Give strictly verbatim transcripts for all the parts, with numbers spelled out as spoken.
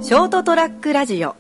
ショートトラックラジオ。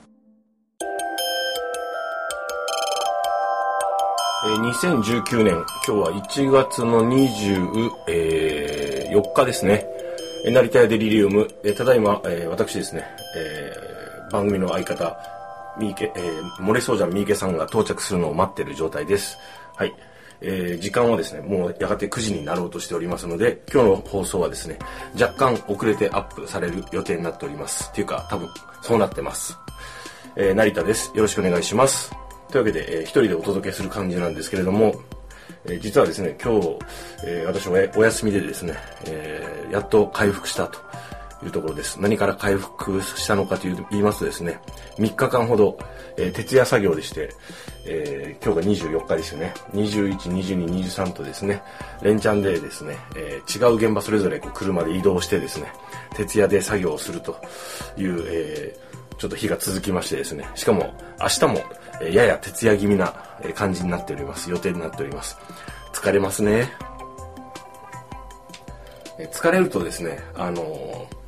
にせんじゅうきゅうねん、今日はいちがつのにじゅうよっかですね。成田屋デリリウム、ただいま、えー、私ですね、えー、番組の相方三池、えー、漏れそうじゃん三池さんが到着するのを待っている状態です。はい、えー、時間はですね、もうやがてくじになろうとしておりますので、今日の放送はですね、若干遅れてアップされる予定になっております。っていうか、多分そうなってます。えー、成田です。よろしくお願いします。というわけで、えー、一人でお届けする感じなんですけれども、えー、実はですね、今日、えー、私はお休みでですね、えー、やっと回復したというところです。何から回復したのかという言いますとですね、みっかかんほど、えー、徹夜作業でして、えー、今日がにじゅうよっかですよね。にじゅういち、にじゅうに、にじゅうさんとですね、連チャンでですね、えー、違う現場それぞれこう車で移動してですね、徹夜で作業をするという、えー、ちょっと日が続きましてですね、しかも明日も、えー、やや徹夜気味な感じになっております。予定になっております。疲れますね。えー、疲れるとですね、あのー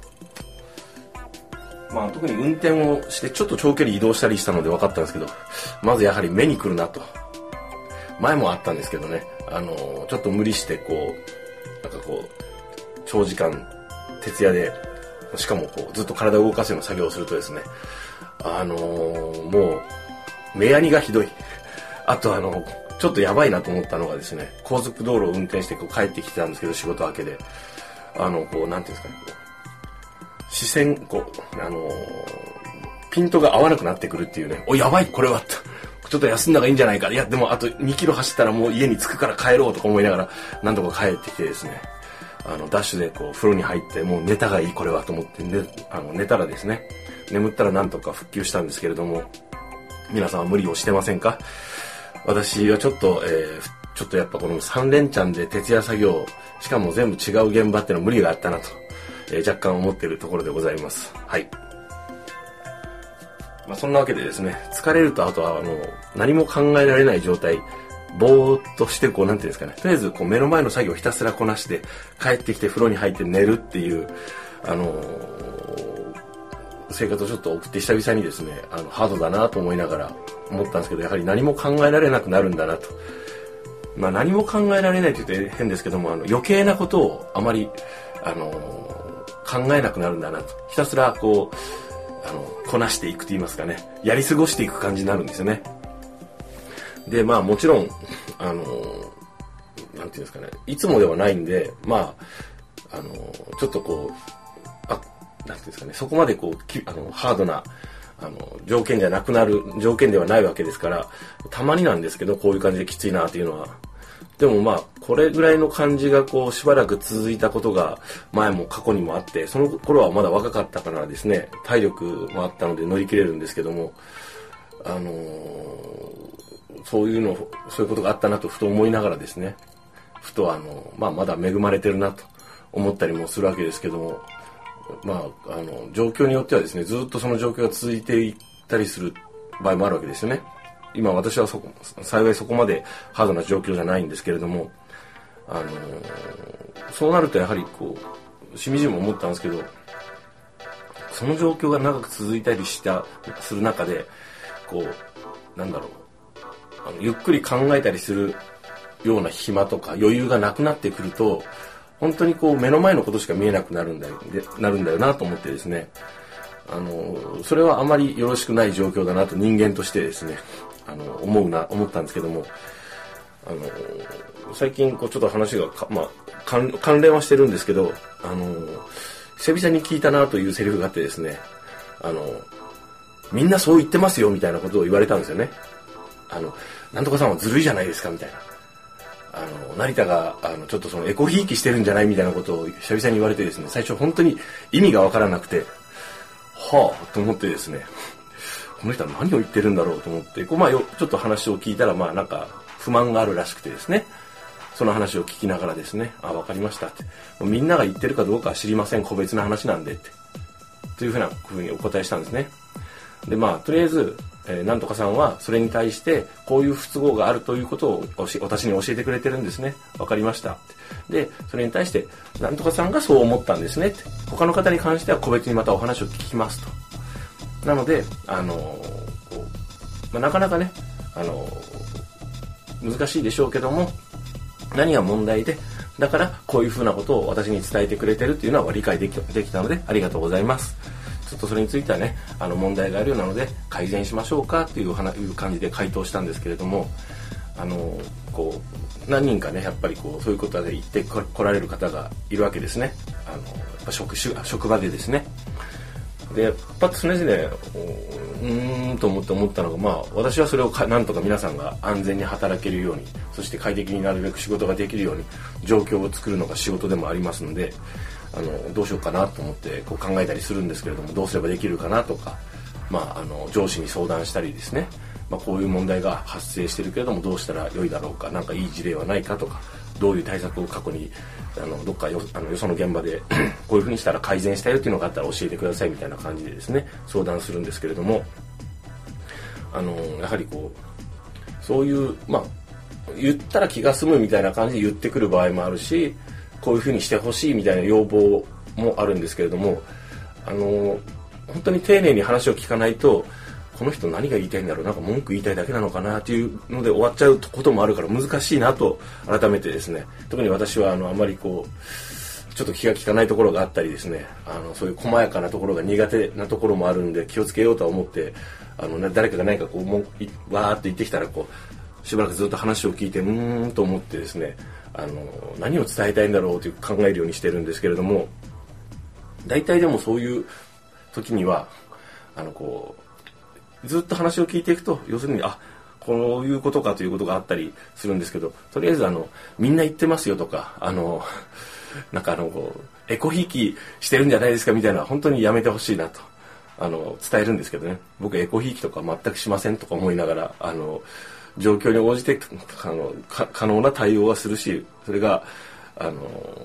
まあ、特に運転をしてちょっと長距離移動したりしたので分かったんですけど、まずやはり目に来るなと。前もあったんですけどね、あのー、ちょっと無理してこうなんかこう長時間徹夜で、しかもこうずっと体を動かすような作業をするとですね、あのー、もう目やにがひどい。あとあのちょっとやばいなと思ったのがですね、高速道路を運転してこう帰ってきてたんですけど、仕事明けで、あのこうなんていうんですかね、こう視線こうあのー、ピントが合わなくなってくるっていうね、おやばいこれはちょっと休んだ方がいいんじゃないか、いやでもあとにキロ走ったらもう家に着くから帰ろうとか思いながらなんとか帰ってきてですね、あのダッシュでこう風呂に入ってもう寝たがいいこれはと思って、ね、あの寝たらですね、眠ったらなんとか復旧したんですけれども、皆さんは無理をしてませんか？私はちょっと、えー、ちょっとやっぱこのさん連チャンで徹夜作業、しかも全部違う現場ってのは無理があったなと、えー、若干思っているところでございます。はい。まあ、そんなわけでですね、疲れるとあとはあの何も考えられない状態、ぼーっとしてこうなんていうんですかね、とりあえずこう目の前の作業をひたすらこなして帰ってきて風呂に入って寝るっていうあのー、生活をちょっと送って久々にですね、あのハードだなと思いながら思ったんですけど、やはり何も考えられなくなるんだなと。まあ何も考えられないと言って変ですけども、あの余計なことをあまりあのー、考えなくなるんだなと。ひたすらこうあのこなしていくと言いますかね、やり過ごしていく感じになるんですよね。でまあもちろんあのなんていうんですかね、いつもではないんで、まああのちょっとこうあなんていうんですかね、そこまでこうきあのハードなあの条件じゃなくなる条件ではないわけですから、たまになんですけどこういう感じできついなっていうのは。でもまあこれぐらいの感じがこうしばらく続いたことが前も過去にもあって、その頃はまだ若かったからですね、体力もあったので乗り切れるんですけども、あのー、そういうのそういうことがあったなとふと思いながらですね、ふとあの、まあ、まだ恵まれてるなと思ったりもするわけですけども、まあ、あの状況によってはですね、ずっとその状況が続いていったりする場合もあるわけですよね。今私はそこ幸いそこまでハードな状況じゃないんですけれども、あのー、そうなるとやはりこうしみじみ思ったんですけど、その状況が長く続いたりしたする中でこうなんだろうあのゆっくり考えたりするような暇とか余裕がなくなってくると、本当にこう目の前のことしか見えなくなるんだよなるんだよなと思ってですね、あのそれはあまりよろしくない状況だなと人間としてですね、あの思うな思ったんですけども、あの最近こうちょっと話がか、まあ、関, 関連はしてるんですけど、あの久々に聞いたなというセリフがあってですね、あのみんなそう言ってますよみたいなことを言われたんですよね。あのなんとかさんはずるいじゃないですかみたいな、あの成田があのちょっとそのエコひいきしてるんじゃないみたいなことを久々に言われてですね、最初本当に意味がわからなくて、はあと思ってですね、この人は何を言ってるんだろうと思って、こうまあよちょっと話を聞いたら、まあなんか不満があるらしくてですね、その話を聞きながらですね、あ、わかりましたって、みんなが言ってるかどうかは知りません、個別な話なんでってというふうなふうにお答えしたんですね。でまあとりあえず、えー、なんとかさんはそれに対してこういう不都合があるということを私に教えてくれてるんですね。わかりましたって。でそれに対してなんとかさんがそう思ったんですねって、他の方に関しては個別にまたお話を聞きますとなので、あのこうまあ、なかなかね、あの難しいでしょうけども、何が問題で、だからこういうふうなことを私に伝えてくれてるっていうのは理解でき、できたのでありがとうございます。ちょっとそれについてはね、あの問題があるようなので改善しましょうかっていういう感じで回答したんですけれども、あのこう何人かね、やっぱりこうそういうことで言ってこられる方がいるわけですね。あのやっぱ 職, 職場でですね。でパッと常々うーんと思って思ったのが、まあ私はそれをかなんとか皆さんが安全に働けるように、そして快適になるべく仕事ができるように状況を作るのが仕事でもありますので、あのどうしようかなと思ってこう考えたりするんですけれども、どうすればできるかなとか、まあ、あの上司に相談したりですね、まあ、こういう問題が発生しているけれどもどうしたら良いだろうか、なんかいい事例はないかとか、どういう対策を過去にあのどっかよあのよその現場でこういうふうにしたら改善したよっていうのがあったら教えてくださいみたいな感じでですね相談するんですけれども、あのやはりこうそういうまあ言ったら気が済むみたいな感じで言ってくる場合もあるし、こういうふうにしてほしいみたいな要望もあるんですけれども、あの本当に丁寧に話を聞かないと、この人何が言いたいんだろう、なんか文句言いたいだけなのかなっていうので終わっちゃうこともあるから難しいなと改めてですね、特に私はあのあまりこうちょっと気が利かないところがあったりですね、あのそういう細やかなところが苦手なところもあるんで気をつけようとは思って、あの誰かが何かこうもうわーっと言ってきたらこうしばらくずっと話を聞いてうーんと思ってですね、あの何を伝えたいんだろうという考えるようにしてるんですけれども、大体でもそういう時にはあのこうずっと話を聞いていくと、要するにあこういうことかということがあったりするんですけど、とりあえずあのみんな言ってますよとか、あのなんかあのこうエコひいきしてるんじゃないですかみたいな、本当にやめてほしいなとあの伝えるんですけどね、僕エコひいきとか全くしませんとか思いながら、あの状況に応じてあの可能な対応はするし、それがあの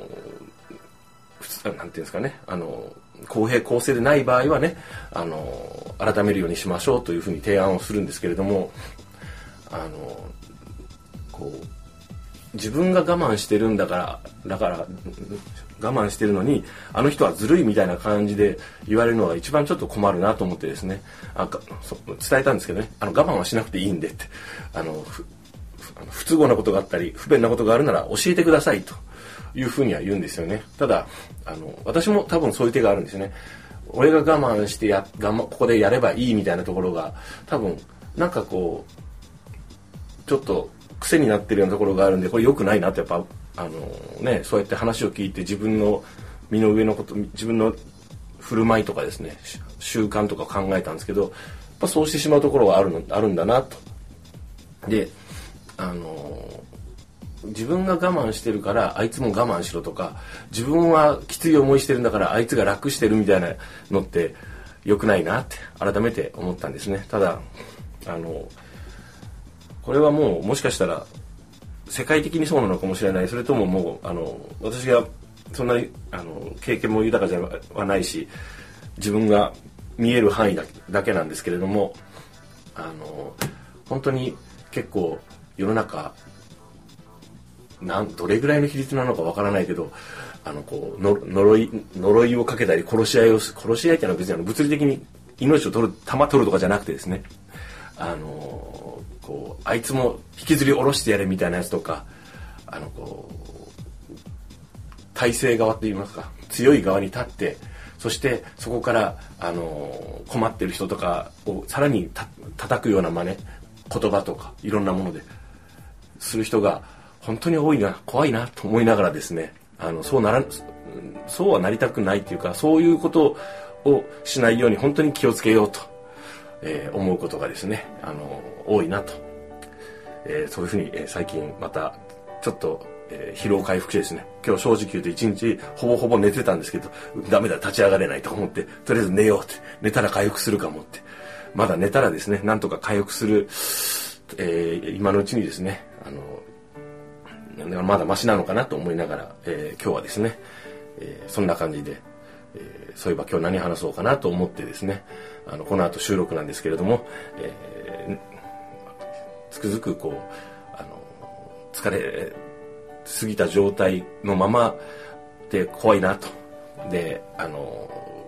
なんていうんですかね、あの公平公正でない場合はね、あの改めるようにしましょうというふうに提案をするんですけれども、あのこう自分が我慢してるんだからだから我慢してるのにあの人はずるいみたいな感じで言われるのが一番ちょっと困るなと思ってですね、あ伝えたんですけどね、あの我慢はしなくていいんでって、あのふあの不都合なことがあったり不便なことがあるなら教えてくださいというふうには言うんですよね。ただあの私も多分そういう手があるんですよね。俺が我慢してや我慢ここでやればいいみたいなところが多分なんかこうちょっと癖になってるようなところがあるんで、これ良くないなって、やっぱあのね、そうやって話を聞いて自分の身の上のこと、自分の振る舞いとかですね、習慣とか考えたんですけど、やっぱそうしてしまうところがあるのあるんだなと。で、あの自分が我慢してるからあいつも我慢しろとか、自分はきつい思いしてるんだからあいつが楽してるみたいなのって良くないなって改めて思ったんですね。ただあのこれはもうもしかしたら世界的にそうなのかもしれない。それとももうあの私がそんなにあの経験も豊かじゃないし、自分が見える範囲だけ、だけなんですけれども、あの本当に結構世の中なんどれぐらいの比率なのかわからないけど、あのこうの呪い呪いをかけたり殺し合いを殺し合いっていうのは別にあの物理的に命を取る弾取るとかじゃなくてですね、あのこうあいつも引きずり下ろしてやれみたいなやつとか、あのこう体制側って言いますか、強い側に立って、そしてそこからあの困ってる人とかをさらにた叩くような真似言葉とかいろんなものでする人が本当に多いな、怖いなと思いながらですね、あのそうならそうはなりたくないっていうか、そういうことをしないように本当に気をつけようと、えー、思うことがですね、あの多いなと、えー、そういうふうに、えー、最近またちょっと、えー、疲労回復してですね、今日正直言うと一日ほぼほぼ寝てたんですけど、ダメだ立ち上がれないと思って、とりあえず寝ようって、寝たら回復するかもって、まだ寝たらですねなんとか回復する、えー、今のうちにですね、あのまだマシなのかなと思いながら、えー、今日はですね、えー、そんな感じで、えー、そういえば今日何話そうかなと思ってですね、あのこの後収録なんですけれども、えー、つくづくこうあの疲れ過ぎた状態のままで怖いなと。であの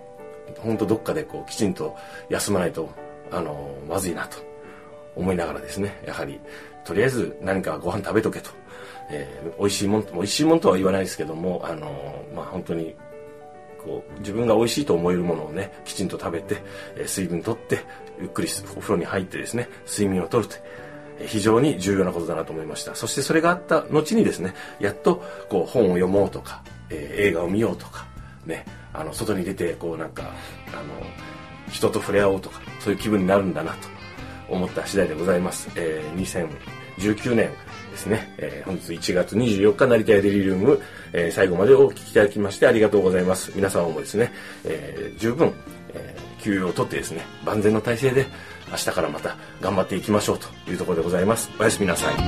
本当どっかでこうきちんと休まないとあのまずいなと思いながらですね、やはりとりあえず何かご飯食べとけと、えー、美味しいもん美味しいもんとは言わないですけども、あのまあ本当にこう自分が美味しいと思えるものをねきちんと食べて、えー、水分とってゆっくりお風呂に入ってですね睡眠をとると、えー、非常に重要なことだなと思いました。そしてそれがあった後にですね、やっとこう本を読もうとか、えー、映画を見ようとかね、あの外に出てこうなんかあの人と触れ合おうとかそういう気分になるんだなと思った次第でございます。えー、にせんじゅうきゅうねんですね、えー、本日いちがつにじゅうよっか成田屋デリリウム、えー、最後までお聞きいただきましてありがとうございます。皆様もですね、えー、十分、えー、休養をとってですね万全の体制で明日からまた頑張っていきましょうというところでございます。おやすみなさい。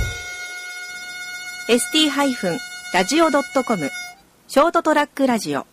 エスティー ラジオ ドットコム ショートトラックラジオ